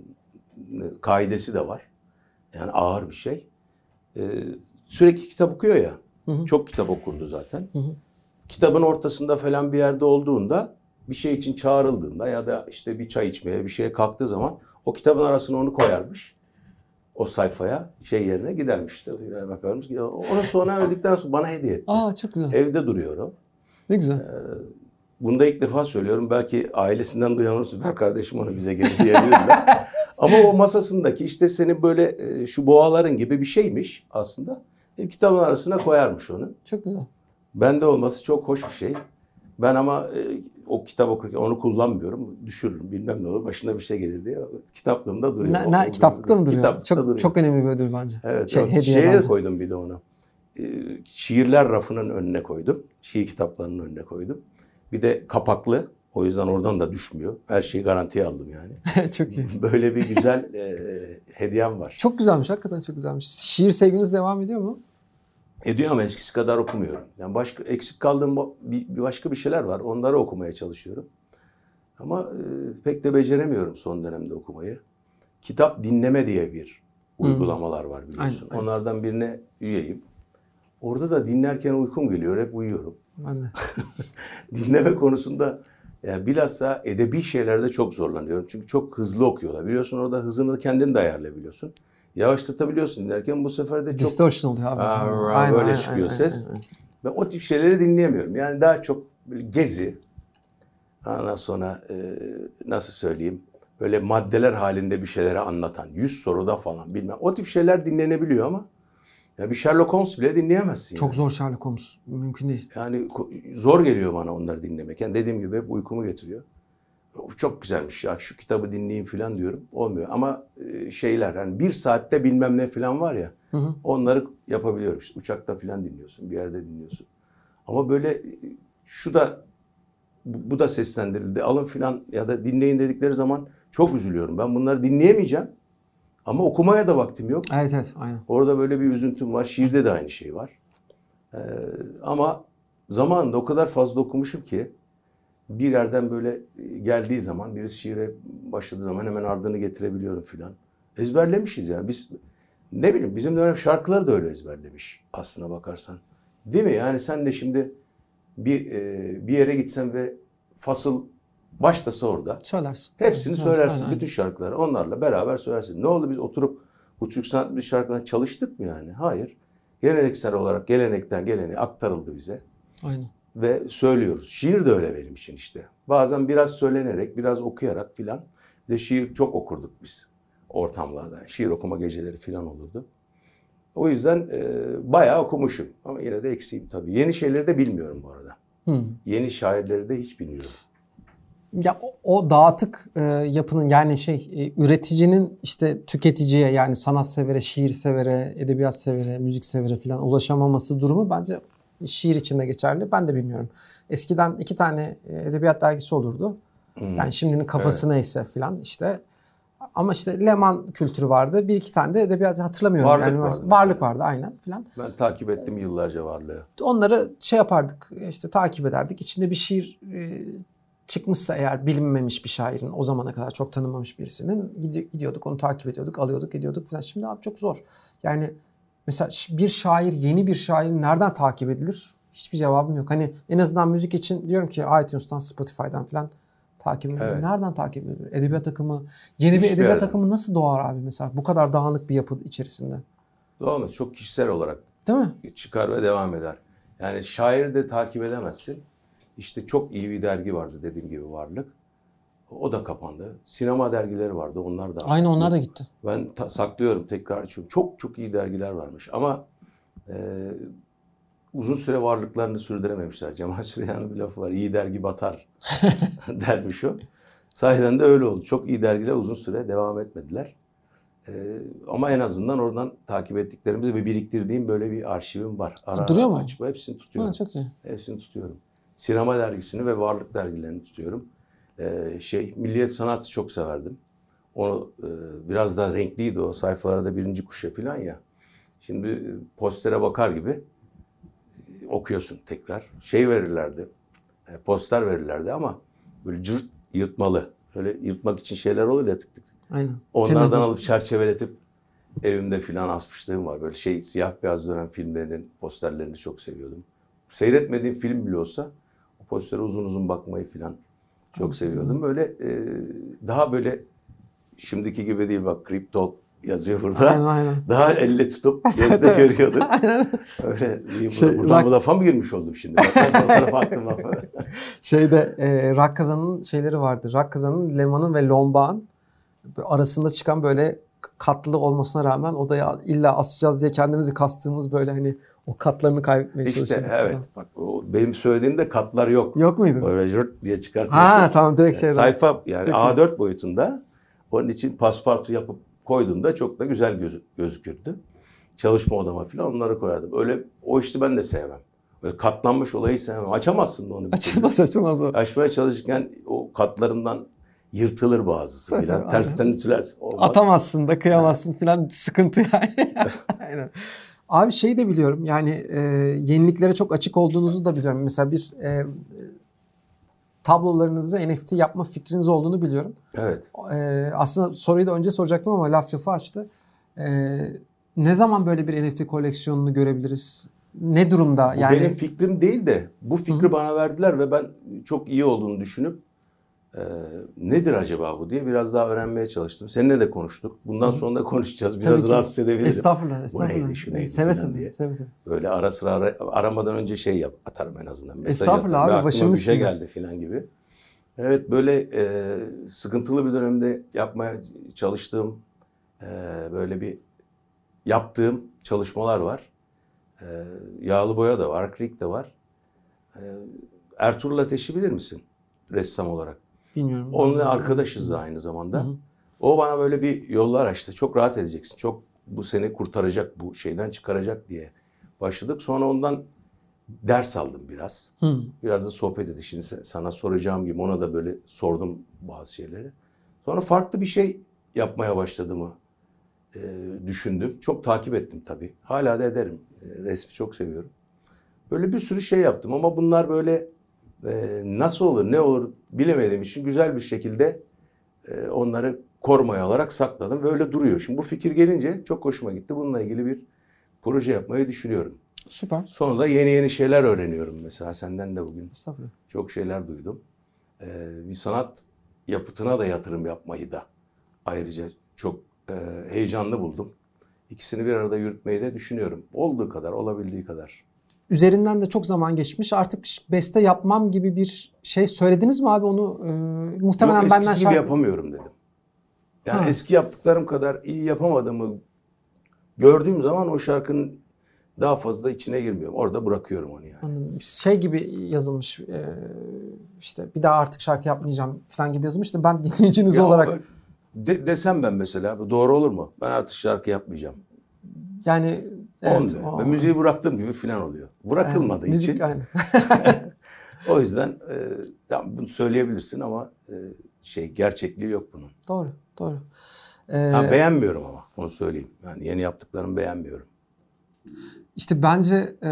kaidesi de var. Yani ağır bir şey. E, sürekli kitap okuyor ya. Hı hı. Çok kitap okurdu zaten. Hı hı. Kitabın ortasında falan bir yerde olduğunda, bir şey için çağrıldığında ya da işte bir çay içmeye, bir şeye kalktığı zaman o kitabın arasına onu koyarmış. O sayfaya, şey yerine gidermiş işte. Yani onu sonra öldükten sonra bana hediye etti. Aa, çok güzel. Evde duruyor o. Ne güzel. Bunu da ilk defa söylüyorum. Belki ailesinden duyan o süper kardeşim onu bize geri diyebilirler. Ama o masasındaki işte senin böyle e, şu boğaların gibi bir şeymiş aslında. E, kitabın arasına koyarmış onu. Çok güzel. Bende olması çok hoş bir şey. Ben ama e, o kitap okurken onu kullanmıyorum. Düşürürüm, bilmem ne olur. Başına bir şey gelir diye. Kitaplığımda duruyor. Ne, ne, kitaplıkta mı duruyor? Kitaplıkta Çok duruyor. çok önemli bir ödül bence. Evet. Şey, Şey, hediye şeye bence. koydum bir de onu. E, şiirler rafının önüne koydum. Şiir kitaplarının önüne koydum. Bir de kapaklı. O yüzden oradan da düşmüyor. Her şeyi garantiye aldım yani. Çok iyi. Böyle bir güzel e, hediyem var. Çok güzelmiş. Hakikaten çok güzelmiş. Şiir sevginiz devam ediyor mu? Ediyor ama eskisi kadar okumuyorum. Yani başka eksik kaldığım bir, bir başka bir şeyler var. Onları okumaya çalışıyorum. Ama e, pek de beceremiyorum son dönemde okumayı. Kitap dinleme diye bir uygulamalar var biliyorsun. Aynen, aynen. Onlardan birine üyeyim. Orada da dinlerken uykum geliyor. Hep uyuyorum. Ben de. Dinleme konusunda yani bilhassa edebi şeylerde çok zorlanıyorum. Çünkü çok hızlı okuyorlar. Biliyorsun orada hızını kendin de ayarlayabiliyorsun. Yavaşlatabiliyorsun dinlerken bu sefer de çok Distortion oluyor abi. Aa, Aynen, böyle aynen, çıkıyor aynen, ses. aynen. Ben o tip şeyleri dinleyemiyorum. Yani daha çok böyle gezi. Ondan sonra e, nasıl söyleyeyim? Böyle maddeler halinde bir şeyleri anlatan. Yüz soruda falan bilmem. O tip şeyler dinlenebiliyor ama ya bir Sherlock Holmes bile dinleyemezsin. Çok yani. zor Sherlock Holmes. Mümkün değil. Yani zor geliyor bana onları dinlemek. Yani dediğim gibi hep uykumu getiriyor. Çok güzelmiş ya şu kitabı dinleyeyim falan diyorum. Olmuyor ama şeyler hani bir saatte bilmem ne falan var ya. Hı hı. Onları yapabiliyorum. İşte uçakta falan dinliyorsun. Bir yerde dinliyorsun. Ama böyle şu da bu, bu da seslendirildi. Alın falan ya da dinleyin dedikleri zaman çok üzülüyorum. Ben bunları dinleyemeyeceğim. Ama okumaya da vaktim yok. Evet evet aynen. Orada böyle bir üzüntüm var. Şiirde de aynı şey var. Ee, ama zamanında o kadar fazla okumuşum ki bir yerden böyle geldiği zaman, birisi şiire başladığı zaman hemen ardını getirebiliyorum filan. Ezberlemişiz yani. Biz ne bileyim bizim dönem şarkıları da öyle ezberlemiş aslına bakarsan. Değil mi? Yani sen de şimdi bir e, bir yere gitsen ve fasıl başlasa orada. Söylersin. Hepsini Evet, söylersin. aynen. Bütün şarkıları onlarla beraber söylersin. Ne oldu biz oturup bu Türk sanat müziği şarkılarına çalıştık mı yani? Hayır. Geleneksel olarak gelenekten geleneğe aktarıldı bize. Aynen. Ve söylüyoruz. Şiir de öyle benim için işte. Bazen biraz söylenerek, biraz okuyarak filan. Bir de şiir çok okurduk biz ortamlarda. Şiir okuma geceleri filan olurdu. O yüzden e, bayağı okumuşum. Ama yine de eksiğim tabii. Yeni şeyleri de bilmiyorum bu arada. Hı. Yeni şairleri de hiç bilmiyorum. Ya o, o dağıtık e, yapının yani şey e, üreticinin işte tüketiciye yani sanat severe, şiir severe, edebiyat severe, müzik severe falan ulaşamaması durumu bence şiir için de geçerli. Ben de bilmiyorum. Eskiden iki tane edebiyat dergisi olurdu. Hmm. Yani şimdinin kafası evet. neyse falan işte. Ama işte Leman kültürü vardı. Bir iki tane de edebiyat hatırlamıyorum. Varlık yani vardı. Varlık vardı aynen filan. Ben takip ettim yıllarca Varlığı. Onları şey yapardık işte takip ederdik. İçinde bir şiir e, çıkmışsa eğer bilinmemiş bir şairin o zamana kadar çok tanınmamış birisinin gidiyorduk onu takip ediyorduk alıyorduk ediyorduk falan. Şimdi abi çok zor. Yani mesela bir şair yeni bir şair nereden takip edilir? Hiçbir cevabım yok. Hani en azından müzik için diyorum ki iTunes'tan Spotify'dan falan takip edilir. Evet. Nereden takip edilir? Edebiyat akımı yeni Hiçbir bir edebiyat yerden. akımı nasıl doğar abi mesela bu kadar dağınık bir yapı içerisinde? Doğamaz. Çok kişisel olarak değil mi? Çıkar ve devam eder. Yani şairi de takip edemezsin. İşte çok iyi bir dergi vardı dediğim gibi Varlık. O da kapandı. Sinema dergileri vardı. Onlar da. Aynı onlar da gitti. Ben ta- saklıyorum tekrar açıyorum. Çok çok iyi dergiler varmış. Ama e, uzun süre varlıklarını sürdürememişler. Cemal Süreyya'nın bir lafı var. İyi dergi batar dermiş o. Sahiden de öyle oldu. Çok iyi dergiler uzun süre devam etmediler. Ee, ama en azından oradan takip ettiklerimizi ve biriktirdiğim böyle bir arşivim var. Ara Duruyor ara mu? açıp hepsini tutuyorum. Ha, çok iyi. Hepsini tutuyorum. Sinema dergisini ve varlık dergilerini tutuyorum. Ee, şey Milliyet Sanat'ı çok severdim. Onu e, biraz daha renkliydi o sayfalarda birinci kuşa falan ya. Şimdi e, postere bakar gibi e, okuyorsun tekrar. Şey verirlerdi. E, poster verirlerdi ama böyle cırt yırtmalı. Öyle yırtmak için şeyler olur ya tık tık. Aynen. Onlardan Kenan. alıp çerçeveletip evimde filan asmışlığım var. Böyle şey siyah beyaz dönem filmlerinin posterlerini çok seviyordum. Seyretmediğim film bile olsa o postere uzun uzun bakmayı filan çok seviyordum. Böyle e, daha böyle şimdiki gibi değil bak Crypto yazıyor burada. Aynen, aynen. Daha elle tutup gözde görüyordum. Aynen. Öyle diyeyim. Şey, Buradan rock- bu lafa mı girmiş oldum şimdi? Bak ben sol tarafa attım lafı. Şeyde e, Rak Kazan'ın şeyleri vardı. Rak Kazan'ın Leman'ın ve Lombağ'ın arasında çıkan böyle katlı olmasına rağmen odaya illa asacağız diye kendimizi kastığımız böyle hani o katlarını kaybetmeye İşte çalışıyorduk. evet. Bak, o benim söylediğimde katlar yok. Yok muydu? Böyle jırt diye çıkartıyorsun. Ha tamam direkt şeyden. Sayfa yani Çok A dört boyutunda. Onun için paspartu yapıp koyduğumda çok da güzel göz, gözükürdü. Çalışma odama falan onları koyardım. Öyle o işi ben de sevmem. Böyle katlanmış olayı sevmem. Açamazsın da onu. bir türlü. Açılmaz açılmaz o. Açmaya çalışırken o katlarından yırtılır bazısı falan. Aynen. Tersten ütülersin. Olmaz. Atamazsın da kıyamazsın falan sıkıntı yani. Aynen. Abi şeyi de biliyorum yani e, yeniliklere çok açık olduğunuzu da biliyorum. Mesela bir e, tablolarınızı N F T yapma fikriniz olduğunu biliyorum. Evet. E, aslında soruyu da önce soracaktım ama laf lafı açtı. E, ne zaman böyle bir N F T koleksiyonunu görebiliriz? Ne durumda? Bu Yani benim fikrim değil de bu fikri Hı-hı. bana verdiler ve ben çok iyi olduğunu düşünüp e, nedir acaba bu diye biraz daha öğrenmeye çalıştım. Seninle de konuştuk. Bundan Hı-hı. sonra da konuşacağız. Tabii Biraz ki. rahatsız edebilirim. Estağfurullah, Bu estağfurullah. neydi, şu neydi Seve falan seve, diye. seve seve. Böyle ara sıra ara- aramadan önce şey yap, atarım en azından. Mesaj Estağfurullah atarım. abi, Ve aklıma başımız bir şey üstüne. geldi falan gibi. Evet böyle e, sıkıntılı bir dönemde yapmaya çalıştığım e, böyle bir yaptığım çalışmalar var. E, yağlı boya da var, akrilik de var. E, Ertuğrul Ateş'i bilir misin ressam olarak? Bilmiyorum. Onunla arkadaşız da aynı zamanda. Hı hı. O bana böyle bir yollar açtı. Çok rahat edeceksin. Çok bu seni kurtaracak, bu şeyden çıkaracak diye başladık. Sonra ondan ders aldım biraz. Hı. Biraz da sohbet edip şimdi sana soracağım gibi ona da böyle sordum bazı şeyleri. Sonra farklı bir şey yapmaya başladığımı e, düşündüm. Çok takip ettim tabii. Hala da ederim. E, resmi çok seviyorum. Böyle bir sürü şey yaptım ama bunlar böyle e, nasıl olur, ne olur bilemediğim için güzel bir şekilde e, onları korumaya alarak sakladım ve öyle duruyor. Şimdi bu fikir gelince çok hoşuma gitti. Bununla ilgili bir proje yapmayı düşünüyorum. Süper. Sonra da yeni yeni şeyler öğreniyorum mesela senden de bugün. Estağfurullah. Çok şeyler duydum. Ee, bir sanat yapıtına da yatırım yapmayı da ayrıca çok e, heyecanlı buldum. İkisini bir arada yürütmeyi de düşünüyorum. Olduğu kadar, olabildiği kadar. Üzerinden de çok zaman geçmiş. Artık beste yapmam gibi bir şey söylediniz mi abi? Onu e, muhtemelen Yok, benden eskisi şarkı... gibi yapamıyorum dedim. Yani Ha. eski yaptıklarım kadar iyi yapamadığımı gördüğüm zaman o şarkının daha fazla içine girmiyorum. Orada bırakıyorum onu yani. Anladım. Şey gibi yazılmış e, işte bir daha artık şarkı yapmayacağım falan gibi yazılmış da ben dinleyiciniz Ya olarak de, desem ben mesela bu doğru olur mu? Ben artık şarkı yapmayacağım. yani evet, Olmuyor. o- Ben müziği bıraktığım gibi falan oluyor. Bırakılmadığı yani, müzik için. aynen. O yüzden e, tamam, bunu söyleyebilirsin ama e, şey gerçekliği yok bunun. Doğru, doğru. Ee, Ha, beğenmiyorum ama onu söyleyeyim. Yani yeni yaptıklarımı beğenmiyorum. İşte bence e,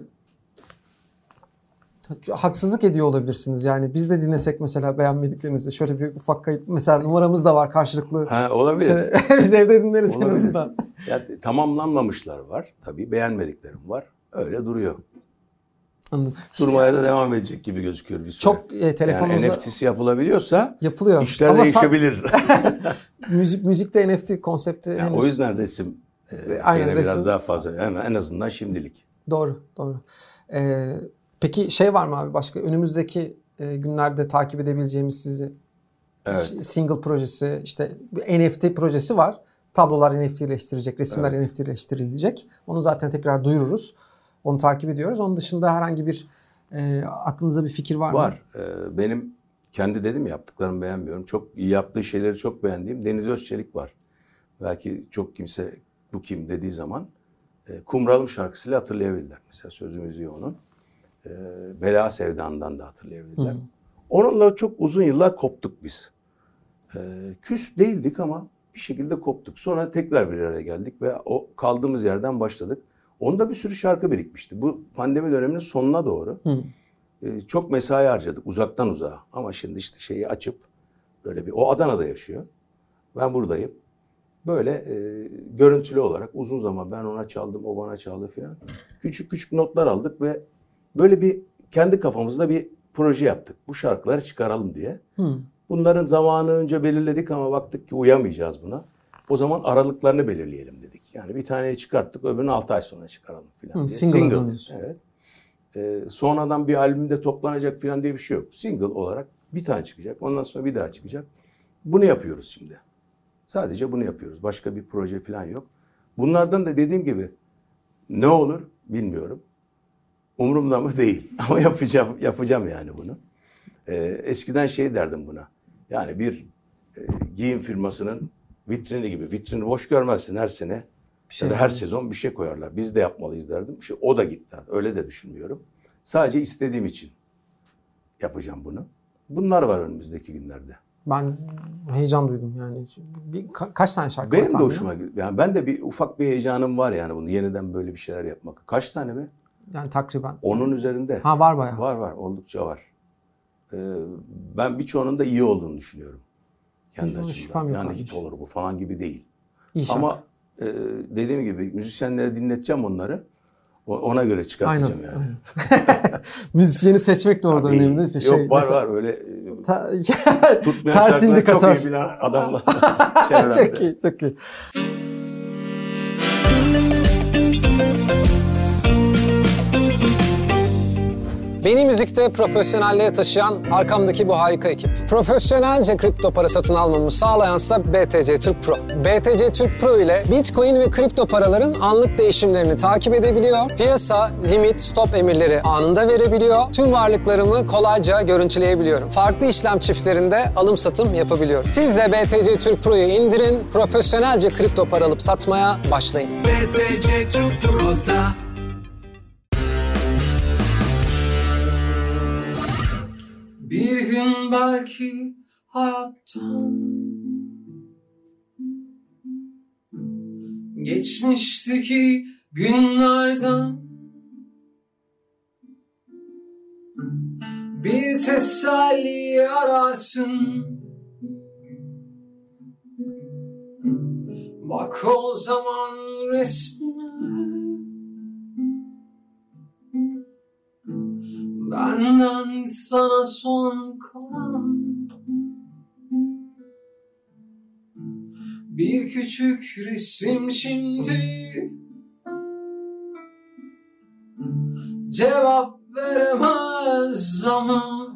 haksızlık ediyor olabilirsiniz. Yani biz de dinlesek mesela beğenmediklerinizi şöyle bir ufak kayıt mesela numaramız da var karşılıklı. Ha, olabilir. Şey, biz evde dinleriz en Olabilir. azından. Ya, tamamlanmamışlar var. Tabii beğenmediklerim var. Öyle duruyor. Anladım. Durmaya da devam edecek gibi gözüküyor bir süre. Çok e, telefonunuzda Yani N F T'si yapılabiliyorsa yapılıyor. işler Ama sa- değişebilir. müzik müzikte N F T konsepti Yani henüz. o yüzden resim e, Aynen, şeyine biraz resim. daha fazla. Yani en azından şimdilik. Doğru, doğru. Ee, peki şey var mı abi başka önümüzdeki e, günlerde takip edebileceğimiz sizi Evet. single projesi işte bir N F T projesi var. Tablolar N F T'leştirecek, resimler Evet. N F T'leştirilecek. Onu zaten tekrar duyururuz. Onu takip ediyoruz. Onun dışında herhangi bir e, aklınızda bir fikir var mı? Var. Ee, benim kendi dedim ya, yaptıklarımı beğenmiyorum. Çok iyi yaptığı şeyleri çok beğendiğim Deniz Özçelik var. Belki çok kimse bu kim dediği zaman e, Kumralım şarkısıyla hatırlayabilirler. Mesela sözü müziği onun. E, Bela Sevdan'dan da hatırlayabilirler. Hı. Onunla çok uzun yıllar koptuk biz. E, küs değildik ama bir şekilde koptuk. Sonra tekrar bir araya geldik ve o kaldığımız yerden başladık. Onda bir sürü şarkı birikmişti. Bu pandemi döneminin sonuna doğru e, çok mesai harcadık uzaktan uzağa. Ama şimdi işte şeyi açıp böyle bir, o Adana'da yaşıyor. Ben buradayım. Böyle e, görüntülü olarak uzun zaman ben ona çaldım, o bana çaldı filan. Küçük küçük notlar aldık ve böyle bir kendi kafamızda bir proje yaptık. Bu şarkıları çıkaralım diye. Hı. Bunların zamanı önce belirledik ama baktık ki uyamayacağız buna. O zaman aralıklarını belirleyelim dedik. Yani bir taneyi çıkarttık, öbürünü altı ay sonra çıkaralım filan diye. Single. Single. Evet. Ee, sonradan bir albümde toplanacak filan diye bir şey yok. Single olarak bir tane çıkacak. Ondan sonra bir daha çıkacak. Bunu yapıyoruz şimdi. Sadece bunu yapıyoruz. Başka bir proje filan yok. Bunlardan da dediğim gibi ne olur bilmiyorum. Umurumda mı değil. Ama yapacağım yapacağım yani bunu. Ee, eskiden şey derdim buna. Yani bir e, giyim firmasının vitrini gibi. Vitrini boş görmezsin her sene. Şey ya da her yani. Sezon bir şey koyarlar. Biz de yapmalıyız derdim. İşte o da gitti. Öyle de düşünmüyorum. Sadece istediğim için yapacağım bunu. Bunlar var önümüzdeki günlerde. Ben heyecan duydum yani. Bir, ka- kaç tane şarkı Benim var? Benim de hoşuma gidiyor. Yani ben de bir ufak bir heyecanım var yani bunu yeniden böyle bir şeyler yapmak. Kaç tane mi? Yani takriben. Onun üzerinde. Ha var bayağı. Var var. Oldukça var. Ee, ben birçoğunun da iyi olduğunu düşünüyorum. Kendi açımdan. Yani hit olur bu falan gibi değil. İyi Ama e, dediğim gibi müzisyenlere dinleteceğim onları. Ona göre çıkartacağım aynen, yani. Aynen. Müzisyeni seçmek de orada Tabii, önemli. Yok şey, var var öyle ta, tutmayan şarkıları çok iyi bilen adamlar. Çok iyi, çok iyi. Beni müzikte profesyonelliğe taşıyan arkamdaki bu harika ekip. Profesyonelce kripto para satın almamı sağlayansa B T C Türk Pro. B T C Türk Pro ile Bitcoin ve kripto paraların anlık değişimlerini takip edebiliyor. Piyasa, limit, stop emirleri anında verebiliyor. Tüm varlıklarımı kolayca görüntüleyebiliyorum. Farklı işlem çiftlerinde alım satım yapabiliyorum. Siz de B T C Türk Pro'yu indirin, profesyonelce kripto para alıp satmaya başlayın. B T C Türk Pro'da. Bir gün belki hayattan geçmişteki günlerden bir teselli ararsın. Bak o zaman resmime, benden sana son kalan bir küçük resim şimdi. Cevap veremez ama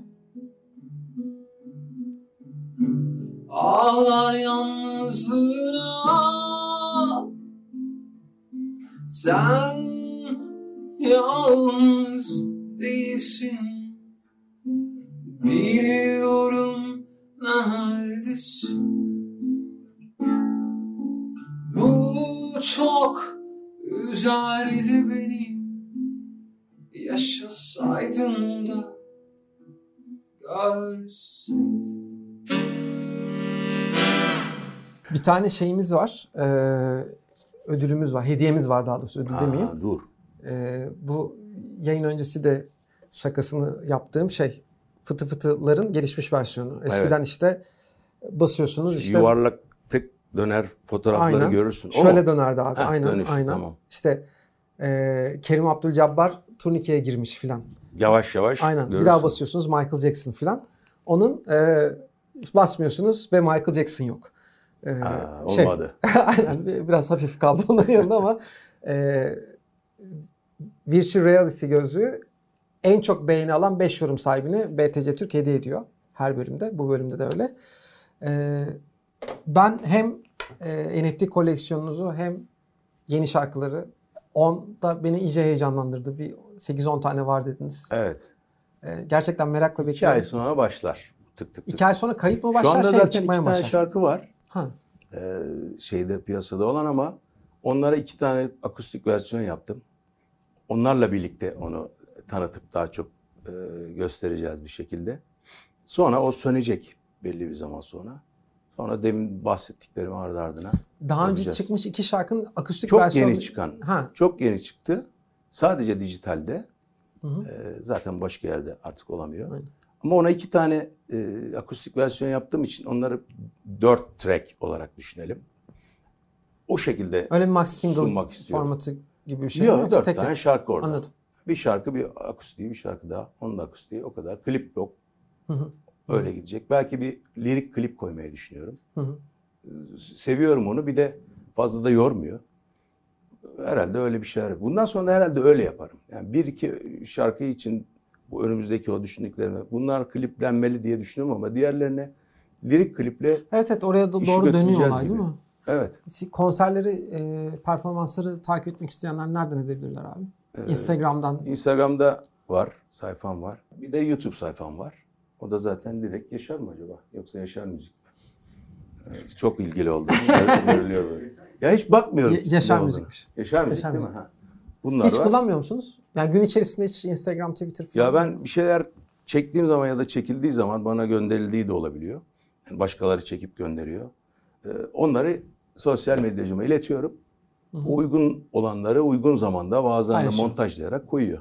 ağlar yalnızlığına. Sen yalnız değilsin, biliyorum neredesin. Bu çok üzerdi beni, yaşasaydım da görseydin. Bir tane şeyimiz var, ee, ödülümüz var, hediyemiz var daha doğrusu, ödül Aa, demeyeyim. Dur. Ee, bu yayın öncesi de şakasını yaptığım şey, fıtı fıtıların gelişmiş versiyonu. Eskiden evet. işte basıyorsunuz işte yuvarlak tek döner fotoğrafları aynen. görürsün. O Şöyle mu? dönerdi abi. Heh, aynen dönüş, aynen. Tamam. İşte e, Kerim Abdülcabbar turnikeye girmiş filan. Yavaş yavaş aynen. görürsün. Bir daha basıyorsunuz Michael Jackson filan. Onun e, basmıyorsunuz ve Michael Jackson yok. E, ha, olmadı. Şey, aynen biraz hafif kaldı onların yanında ama e, Virtual Reality gözlüğü en çok beğeni alan beş yorum sahibine B T C Türk hediye ediyor. Her bölümde. Bu bölümde de öyle. Ee, ben hem e, N F T koleksiyonunuzu hem yeni şarkıları onda beni iyice heyecanlandırdı. Bir sekiz on tane var dediniz. Evet. Ee, gerçekten merakla bekliyorum. İki ay sonra başlar tık tık. İki ay sonra kayıt mı Şu başlar, anda şey zaten iki çıkmaya tane başlar? şarkı var. Ha. Ee, şeyde piyasada olan ama onlara iki tane akustik versiyon yaptım. Onlarla birlikte onu tanıtıp daha çok e, göstereceğiz bir şekilde. Sonra o sönecek belli bir zaman sonra. Sonra demin bahsettiklerimi ardı ardına Daha önce yapacağız. çıkmış iki şarkının akustik Çok versiyonu. yeni çıkan. Ha. Çok yeni çıktı. Sadece dijitalde. Hı hı. E, zaten başka yerde artık olamıyor. Aynen. Ama ona iki tane e, akustik versiyon yaptığım için onları dört track olarak düşünelim. O şekilde Öyle bir maxi single sunmak istiyorum. formatı gibi bir şey Yok, mi? Yoksa dört tek tane tek? şarkı orada. Anladım. Bir şarkı, bir akustiği, bir şarkı daha. Onun da akustiği, o kadar. Klip yok. Hı hı. Öyle gidecek. Belki bir lirik klip koymayı düşünüyorum. Hı hı. Seviyorum onu. Bir de fazla da yormuyor. Herhalde öyle bir şeyler. Bundan sonra da herhalde öyle yaparım. Yani bir iki şarkı için bu önümüzdeki o düşündüklerime bunlar kliplenmeli diye düşünüyorum ama diğerlerine lirik kliple Evet evet, oraya da işi doğru dönüyor götüreceğiz olay değil gibi. mi? Evet. Konserleri, e, performansları takip etmek isteyenler nereden edebilirler abi? Ee, Instagram'dan. Instagram'da var, sayfam var. Bir de YouTube sayfam var. O da zaten direkt Yaşar mı acaba? Yoksa Yaşar Müzik mi? Ee, çok ilgili oldum. Görülüyor böyle. Ya hiç bakmıyorum. Ye- Yaşar ne olduğunu. Müzikmiş. Yaşar Müzik Yaşar değil mi? Müzik. Ha. Bunlar Hiç var. kullanmıyor musunuz? Yani gün içerisinde hiç Instagram, Twitter falan. Ya ben bir şeyler çektiğim zaman ya da çekildiği zaman bana gönderildiği de olabiliyor. Yani başkaları çekip gönderiyor. Ee, onları sosyal medyacıma iletiyorum. Hı hı. Uygun olanları uygun zamanda bazen de Paylaşıyor. montajlayarak koyuyor.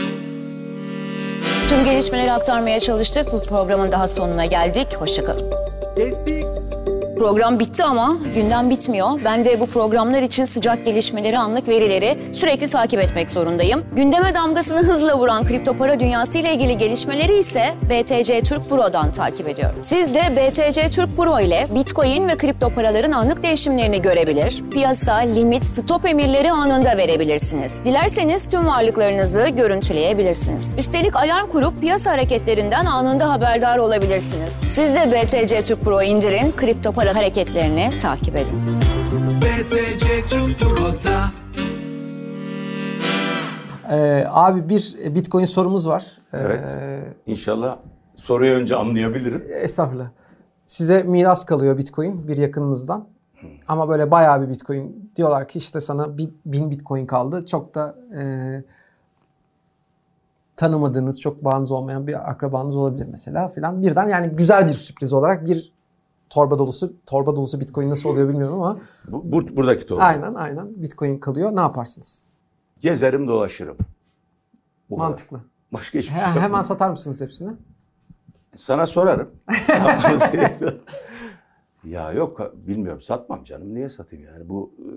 Tüm gelişmeleri aktarmaya çalıştık. Bu programın daha sonuna geldik. Hoşça kalın. Kestik. Program bitti ama gündem bitmiyor. Ben de bu programlar için sıcak gelişmeleri, anlık verileri sürekli takip etmek zorundayım. Gündeme damgasını hızla vuran kripto para dünyası ile ilgili gelişmeleri ise B T C Türk Pro'dan takip ediyorum. Siz de B T C Türk Pro ile Bitcoin ve kripto paraların anlık değişimlerini görebilir, piyasa, limit, stop emirleri anında verebilirsiniz. Dilerseniz tüm varlıklarınızı görüntüleyebilirsiniz. Üstelik alarm kurup piyasa hareketlerinden anında haberdar olabilirsiniz. Siz de B T C Türk Pro indirin, kripto para hareketlerini takip edin. B T C Türk Pro'da. Ee, abi bir Bitcoin sorumuz var. Evet. Ee, İnşallah soruyu önce anlayabilirim. Estağfurullah. Size miras kalıyor Bitcoin bir yakınınızdan. Ama böyle bayağı bir Bitcoin. Diyorlar ki işte sana bin, bin Bitcoin kaldı. Çok da e, tanımadığınız, çok bağınız olmayan bir akrabanız olabilir mesela filan. Birden yani güzel bir sürpriz olarak bir torba dolusu, torba dolusu Bitcoin nasıl oluyor bilmiyorum ama Bu, bu- buradaki doğru. aynen aynen Bitcoin kalıyor. Ne yaparsınız? Gezerim dolaşırım. Bu kadar. Mantıklı. Başka hiçbir He- şey yok. hemen satar mısınız hepsini? Sana sorarım. Ne yapmanız gerekiyor? Ya yok bilmiyorum, satmam canım. Niye satayım yani? Bu e,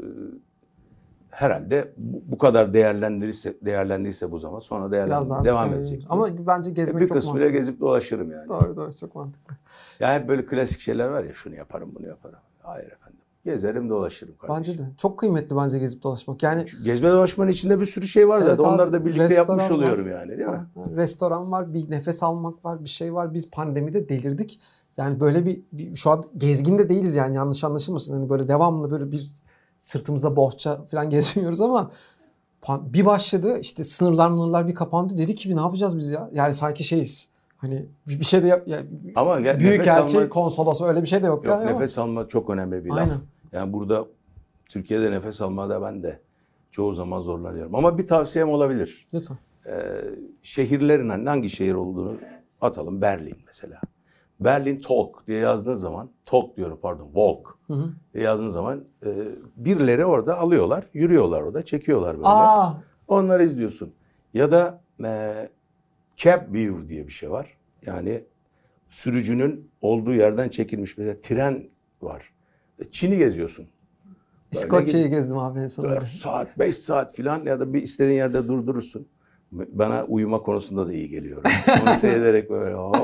herhalde bu, bu kadar değerlendirirse değerlendirirse bu zaman sonra değerlendir Biraz daha devam edecek. Ama bence gezmek bir çok kısmıyla mantıklı. gezip dolaşırım yani. Doğru doğru, çok mantıklı. Ya hep böyle klasik şeyler var ya, şunu yaparım bunu yaparım. Hayır efendim. Gezerim dolaşırım kardeşim. Bence de. Çok kıymetli bence gezip dolaşmak. Yani Çünkü gezme dolaşmanın içinde bir sürü şey var Evet zaten. abi, Onları da birlikte restoran yapmış var. oluyorum yani, değil mi? Ha, restoran var, bir nefes almak var, bir şey var. Biz pandemide delirdik. Yani böyle bir, bir şu an gezginde değiliz yani, yanlış anlaşılmasın. Hani böyle devamlı böyle bir sırtımızda bohça falan gezmiyoruz ama pan- bir başladı işte, sınırlar mınırlar bir kapandı. Dedik ki ne yapacağız biz ya? Yani sanki şeyiz. Hani bir bir şey de yap. Yani Ama gel- büyük nefes elçi, alma- konsolosu öyle bir şey de yok. Yok, yani ama- nefes alma çok önemli bir laf. Aynen. Yani burada Türkiye'de nefes almada ben de çoğu zaman zorlanıyorum. Ama bir tavsiyem olabilir. Lütfen. Ee, şehirlerin hani hangi şehir olduğunu atalım. Berlin mesela. Berlin Talk diye yazdığın zaman, Talk diyorum pardon, Walk Hı hı. diye yazdığın zaman e, birileri orada alıyorlar, yürüyorlar orada, çekiyorlar böyle. Aa, Onları izliyorsun. Ya da e, Cab View diye bir şey var. Yani sürücünün olduğu yerden çekilmiş bir tren var. Çin'i geziyorsun. İskoçya'yı gezdim abi en sonunda. dört saat, beş saat filan ya da bir istediğin yerde durdurursun. Bana uyuma konusunda da iyi geliyor. Onu seyrederek böyle hop,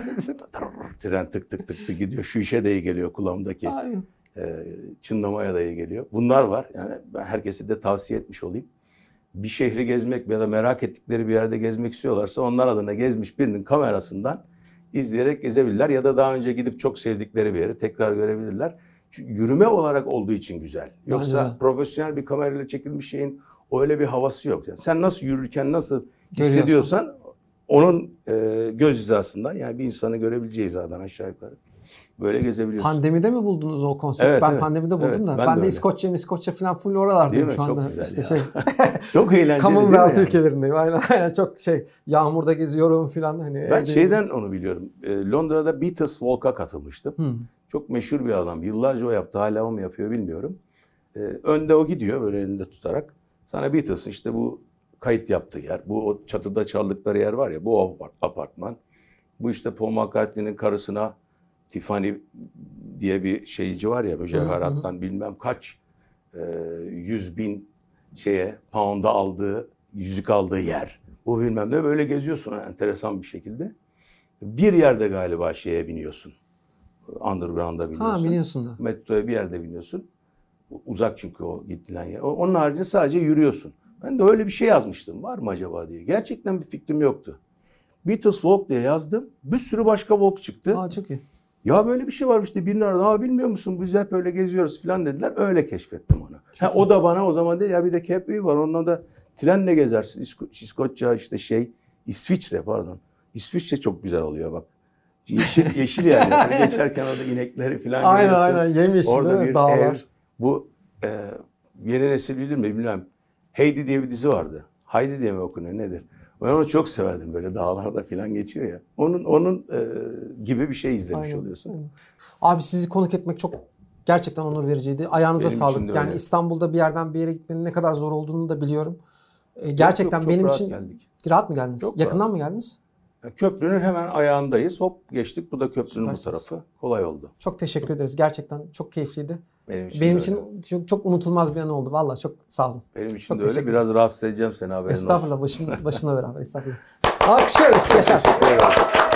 tren tık tık tık tık gidiyor. Şu işe de iyi geliyor, kulağımdaki Aynen. e, çınlamaya da iyi geliyor. Bunlar var. Yani ben herkese de tavsiye etmiş olayım. Bir şehri gezmek ya da merak ettikleri bir yerde gezmek istiyorlarsa onlar adına gezmiş birinin kamerasından izleyerek gezebilirler. Ya da daha önce gidip çok sevdikleri bir yeri tekrar görebilirler. Çünkü yürüme olarak olduğu için güzel. Yoksa Bence de. profesyonel bir kamerayla çekilmiş şeyin öyle bir havası yok. Yani sen nasıl yürürken nasıl Görüyorsun. hissediyorsan onun e, göz hizasından, yani bir insanı görebileceği hizadan aşağı yukarı böyle gezebiliyorsun. Pandemide mi buldunuz o konsepti? Evet, ben evet. pandemide buldum Evet, da. ben Ben, de de öyle. İskoçya, İskoçya falan full oralardayım Değil mi? şu anda. Çok güzel işte ya. şey. Çok eğlenceli değil mi? Commonwealth yani? ülkelerindeyim. Aynen, aynen çok şey. Yağmurda geziyorum falan hani. Ben evdeyim. şeyden onu biliyorum. E, Londra'da Beatles Walk'a katılmıştım. Hmm. Çok meşhur bir adam. Yıllarca o yaptı. Hala o mu yapıyor bilmiyorum. E, önde o gidiyor böyle elinde tutarak. Sana Beatles'ın işte bu kayıt yaptığı yer. Bu o çatıda çaldıkları yer var ya. Bu o apartman. Bu işte Paul McCartney'nin karısına Tiffany diye bir şeyci var ya. Mücevherattan bilmem kaç e, yüz bin şeye pound'a aldığı, yüzük aldığı yer. Bu bilmem ne, böyle geziyorsun enteresan bir şekilde. Bir yerde galiba şeye biniyorsun. Underground'a biniyorsun. Ha, biniyorsun da. Metroya bir yerde biniyorsun. Uzak çünkü o gidilen yer. Onun haricinde sadece yürüyorsun. Ben de öyle bir şey yazmıştım. Var mı acaba diye. Gerçekten bir fikrim yoktu. Beatles Walk diye yazdım. Bir sürü başka walk çıktı. Aa, çok iyi. Ya böyle bir şey varmış diye birini aradı. Aa, bilmiyor musun? Biz hep öyle geziyoruz falan dediler. Öyle keşfettim onu. Ha, o da bana o zaman dedi ya bir de Capri var. Onunla da trenle gezersin. İsko İskoçya işte şey İsviçre pardon. İsviçre çok güzel oluyor bak. Yeşil, yeşil yani. Böyle geçerken orada inekleri falan Aynen görüyorsun. aynen yemyeşil Orada değil mi? bir Dağlar. ev. Bu e, yeni nesil bilir mi bilmem. Heidi diye bir dizi vardı. Heidi diye mi okunuyor nedir? Ben onu çok severdim, böyle dağlarda falan geçiyor ya. Onun onun e, gibi bir şey izlemiş Aynen, oluyorsun. aynen. Abi sizi konuk etmek çok gerçekten onur vericiydi. Ayağınıza Benim için sağlık. de Yani öyle. İstanbul'da bir yerden bir yere gitmenin ne kadar zor olduğunu da biliyorum. Ee, gerçekten yok, çok benim rahat için geldik. rahat mı geldiniz? Çok Yakından rahat. mı geldiniz? Köprünün hemen ayağındayız. Hop geçtik. Bu da köprünün bu Süpersiniz. tarafı. Kolay oldu. Çok teşekkür ederiz. Gerçekten çok keyifliydi. Benim için Benim de için öyle. çok, çok unutulmaz bir an oldu. Vallahi çok sağ olun. Benim için çok de öyle. teşekkür Biraz ederiz. rahatsız edeceğim seni, haberin olsun. Estağfurullah, başım, başımla beraber. Estağfurullah. Alkışlıyoruz Yaşar. Eyvallah.